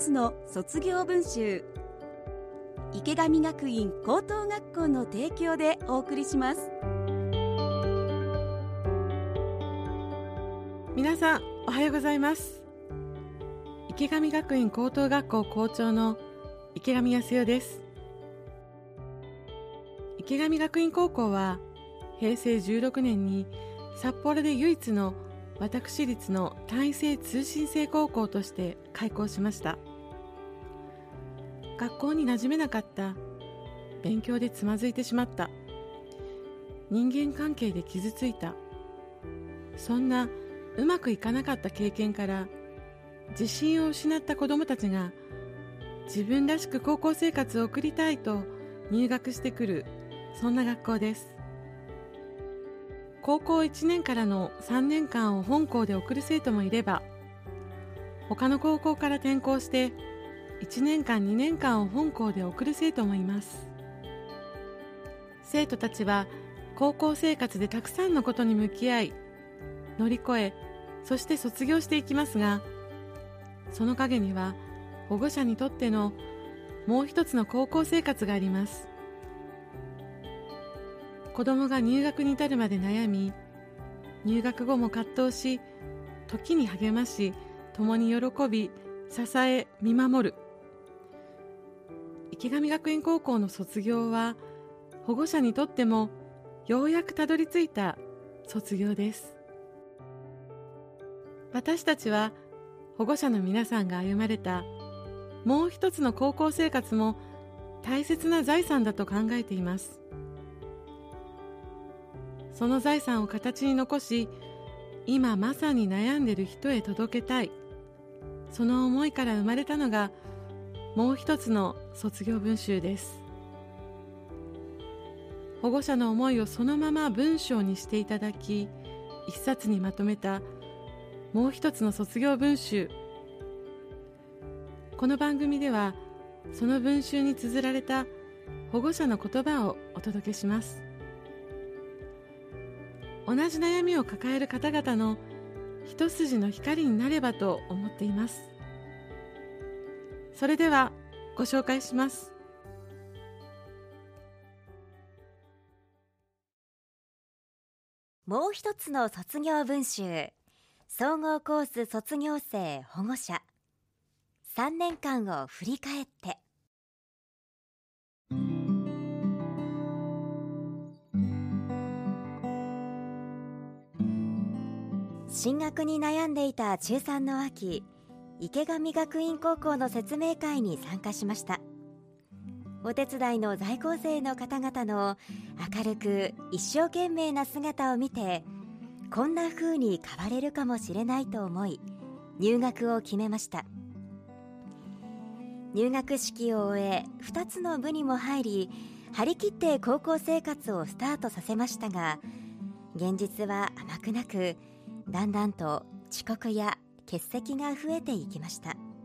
つの卒業文集、池上学院高等学校の提供でお送りします。 皆さんおはようございます。池上学院高等学校校長の池上康代です。池上学院高校は平成16年に札幌で唯一の私立の単位制通信制高校として開校しました。学校に馴染めなかった、勉強でつまずいてしまった、人間関係で傷ついた、そんなうまくいかなかった経験から自信を失った子どもたちが自分らしく高校生活を送りたいと入学してくる、そんな学校です。高校1年からの3年間を本校で送る生徒もいれば、他の高校から転校して1年間2年間を本校で送る生徒もいます。生徒たちは高校生活でたくさんのことに向き合い、乗り越え、そして卒業していきますが、その陰には保護者にとってのもう一つの高校生活があります。子供が入学に至るまで悩み、入学後も葛藤し、時に励まし、共に喜び、支え、見守る。池上学院高校の卒業は、保護者にとってもようやくたどり着いた卒業です。私たちは保護者の皆さんが歩まれたもう一つの高校生活も大切な財産だと考えています。その財産を形に残し、今まさに悩んでいる人へ届けたい、その思いから生まれたのがもう一つの卒業文集です。保護者の思いをそのまま文章にしていただき、一冊にまとめたもう一つの卒業文集。この番組ではその文集に綴られた保護者の言葉をお届けします。同じ悩みを抱える方々の一筋の光になればと思っています。それではご紹介します。 もう一つの卒業文集、総合コース卒業生保護者、3年間を振り返って。進学に悩んでいた中3の秋、池上学院高校の説明会に参加しました。お手伝いの在校生の方々の明るく一生懸命な姿を見て、こんな風に変われるかもしれないと思い、入学を決めました。入学式を終え、2つの部にも入り、張り切って高校生活をスタートさせましたが、現実は甘くなく、だんだんと遅刻や欠席が増えていきました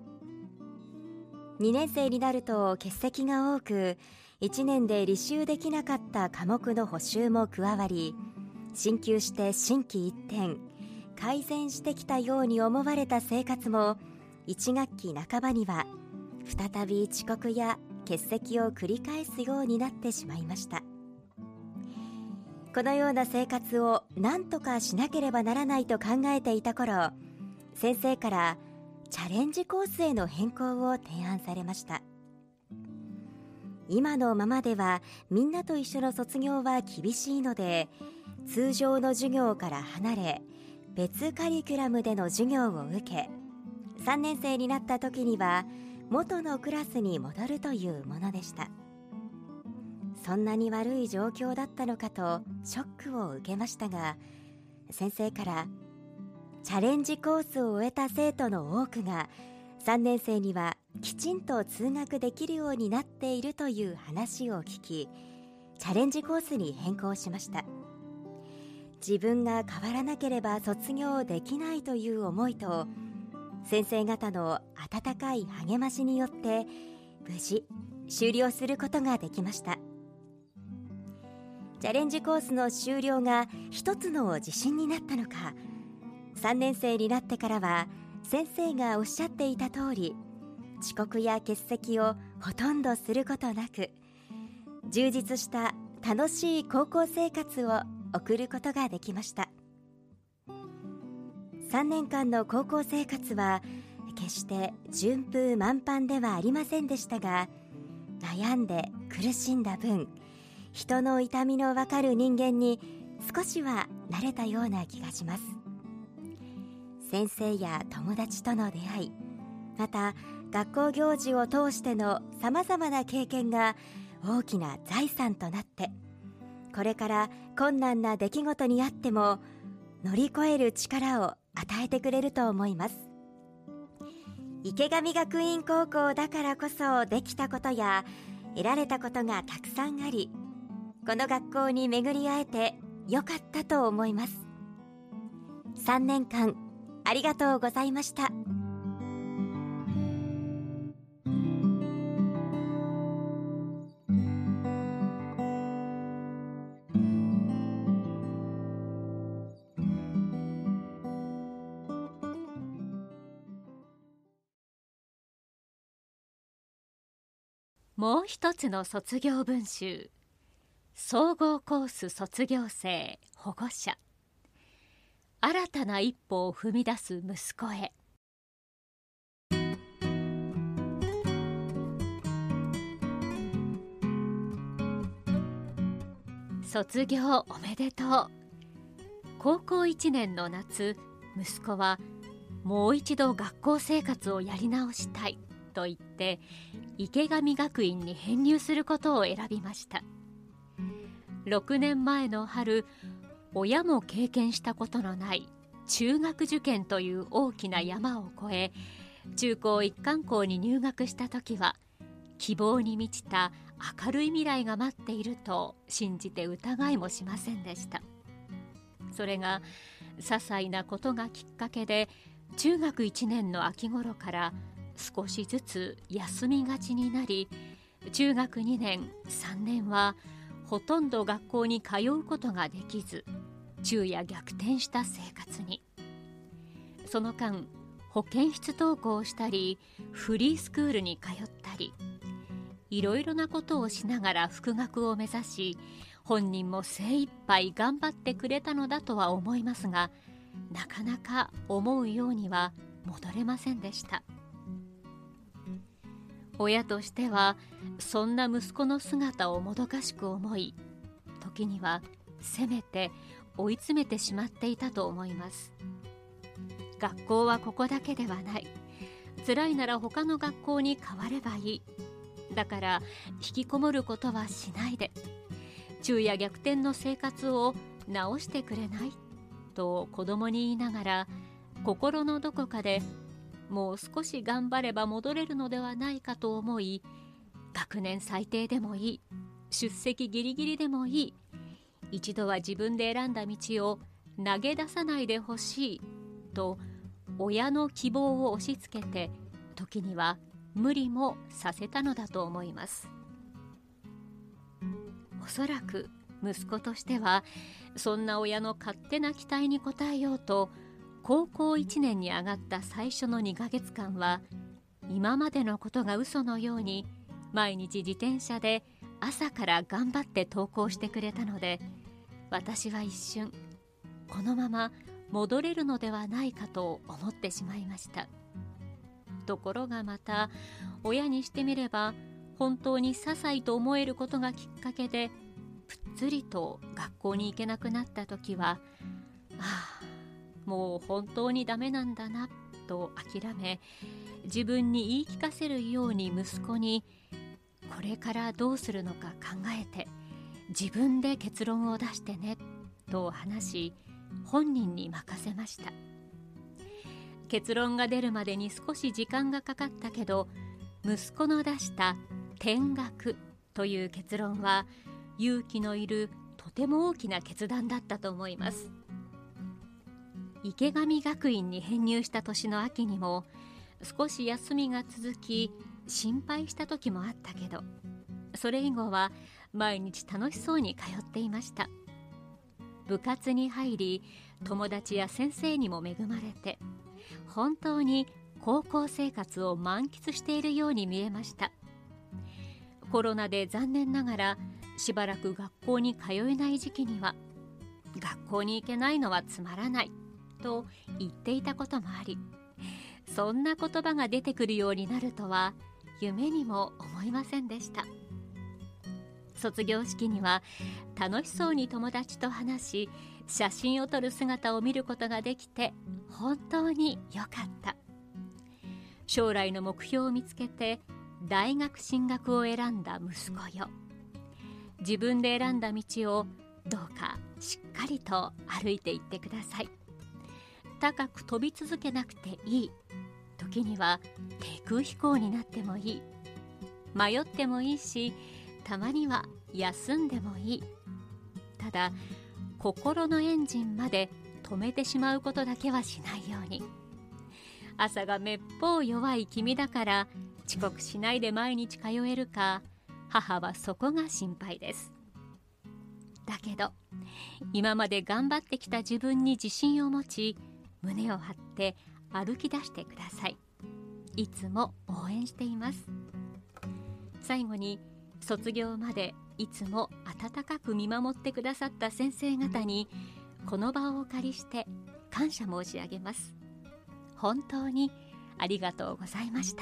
。2年生になると欠席が多く、1年で履修できなかった科目の補習も加わり、進級して心機一転、改善してきたように思われた生活も、1学期半ばには再び遅刻や欠席を繰り返すようになってしまいました。このような生活を何とかしなければならないと考えていた頃、先生からチャレンジコースへの変更を提案されました。今のままではみんなと一緒の卒業は厳しいので、通常の授業から離れ、別カリキュラムでの授業を受け、3年生になった時には元のクラスに戻るというものでした。そんなに悪い状況だったのかとショックを受けましたが、先生からチャレンジコースを終えた生徒の多くが3年生にはきちんと通学できるようになっているという話を聞き、チャレンジコースに変更しました。自分が変わらなければ卒業できないという思いと、先生方の温かい励ましによって無事終了することができました。チャレンジコースの終了が一つの自信になったのか、3年生になってからは先生がおっしゃっていた通り、 遅刻や欠席をほとんどすることなく、充実した楽しい高校生活を送ることができました。3年間の高校生活は決して順風満帆ではありませんでしたが、悩んで苦しんだ分、人の痛みのわかる人間に少しは慣れたような気がします。先生や友達との出会い、また学校行事を通してのさまざまな経験が大きな財産となって、これから困難な出来事にあっても乗り越える力を与えてくれると思います。池上学院高校だからこそできたことや得られたことがたくさんあり、この学校に巡り会えてよかったと思います。3年間ありがとうございました。 もう一つの卒業文集、総合コース卒業生保護者、新たな一歩を踏み出す息子へ。卒業おめでとう。高校1年の夏、息子はもう一度学校生活をやり直したいと言って池上学院に編入することを選びました。6年前の春、親も経験したことのない中学受験という大きな山を越え、中高一貫校に入学した時は希望に満ちた明るい未来が待っていると信じて疑いもしませんでした。それが些細なことがきっかけで、中学1年の秋頃から少しずつ休みがちになり、中学2年3年はほとんど学校に通うことができず、昼夜逆転した生活に。その間、保健室登校をしたりフリースクールに通ったり、いろいろなことをしながら復学を目指し、本人も精一杯頑張ってくれたのだとは思いますが、なかなか思うようには戻れませんでした。親としてはそんな息子の姿をもどかしく思い、時にはせめて追い詰めてしまっていたと思います。学校はここだけではない。辛いなら他の学校に変わればいい。だから引きこもることはしないで、昼夜逆転の生活を直してくれないと子供に言いながら、心のどこかでもう少し頑張れば戻れるのではないかと思い、学年最低でもいい、出席ギリギリでもいい、一度は自分で選んだ道を投げ出さないでほしいと親の希望を押し付けて、時には無理もさせたのだと思います。おそらく息子としてはそんな親の勝手な期待に応えようと、高校1年に上がった最初の2ヶ月間は今までのことが嘘のように毎日自転車で朝から頑張って登校してくれたので、私は一瞬このまま戻れるのではないかと思ってしまいました。ところがまた親にしてみれば、本当に些細と思えることがきっかけでぷっつりと学校に行けなくなった時は、もう本当にダメなんだなと諦め、自分に言い聞かせるように息子にこれからどうするのか考えて自分で結論を出してねと話し、本人に任せました。結論が出るまでに少し時間がかかったけど、息子の出した転学という結論は勇気のいるとても大きな決断だったと思います。池上学院に編入した年の秋にも少し休みが続き心配した時もあったけど、それ以後は毎日楽しそうに通っていました。部活に入り、友達や先生にも恵まれて、本当に高校生活を満喫しているように見えました。コロナで残念ながらしばらく学校に通えない時期には、学校に行けないのはつまらないと言っていたこともあり、そんな言葉が出てくるようになるとは夢にも思いませんでした。卒業式には楽しそうに友達と話し、写真を撮る姿を見ることができて本当に良かった。将来の目標を見つけて大学進学を選んだ息子よ。自分で選んだ道をどうかしっかりと歩いていってください。高く飛び続けなくていい。時には低空飛行になってもいい。迷ってもいいし、たまには休んでもいい。ただ、心のエンジンまで止めてしまうことだけはしないように。朝がめっぽう弱い君だから遅刻しないで毎日通えるか、母はそこが心配です。だけど、今まで頑張ってきた自分に自信を持ち、胸を張って歩き出してください。いつも応援しています。最後に、卒業までいつも温かく見守ってくださった先生方に、この場をお借りして感謝申し上げます。本当にありがとうございました。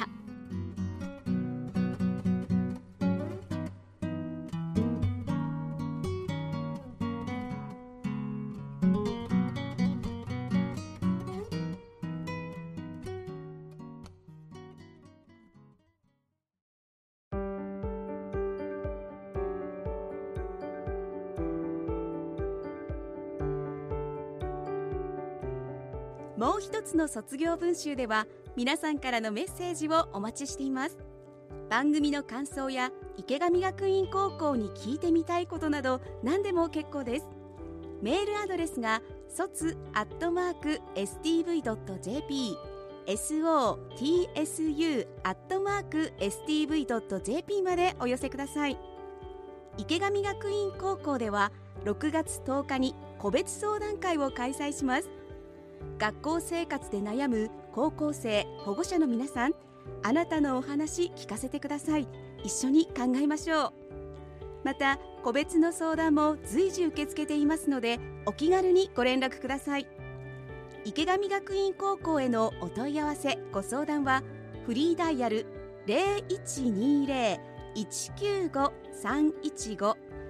もう一つの卒業文集では、皆さんからのメッセージをお待ちしています。番組の感想や池上学院高校に聞いてみたいことなど何でも結構です。メールアドレスがsots@stv.jp sotsu@stv.jp までお寄せください。池上学院高校では6月10日に個別相談会を開催します。学校生活で悩む高校生、保護者の皆さん、あなたのお話聞かせてください。一緒に考えましょう。また、個別の相談も随時受け付けていますので、お気軽にご連絡ください。池上学院高校へのお問い合わせ、ご相談はフリーダイヤル 0120-195-315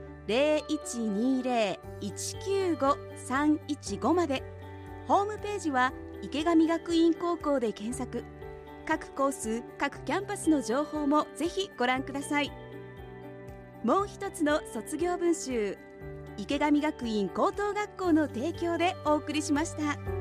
0120-195-315 まで。ホームページは池上学院高校で検索。各コース、各キャンパスの情報もぜひご覧ください。もう一つの卒業文集、池上学院高等学校の提供でお送りしました。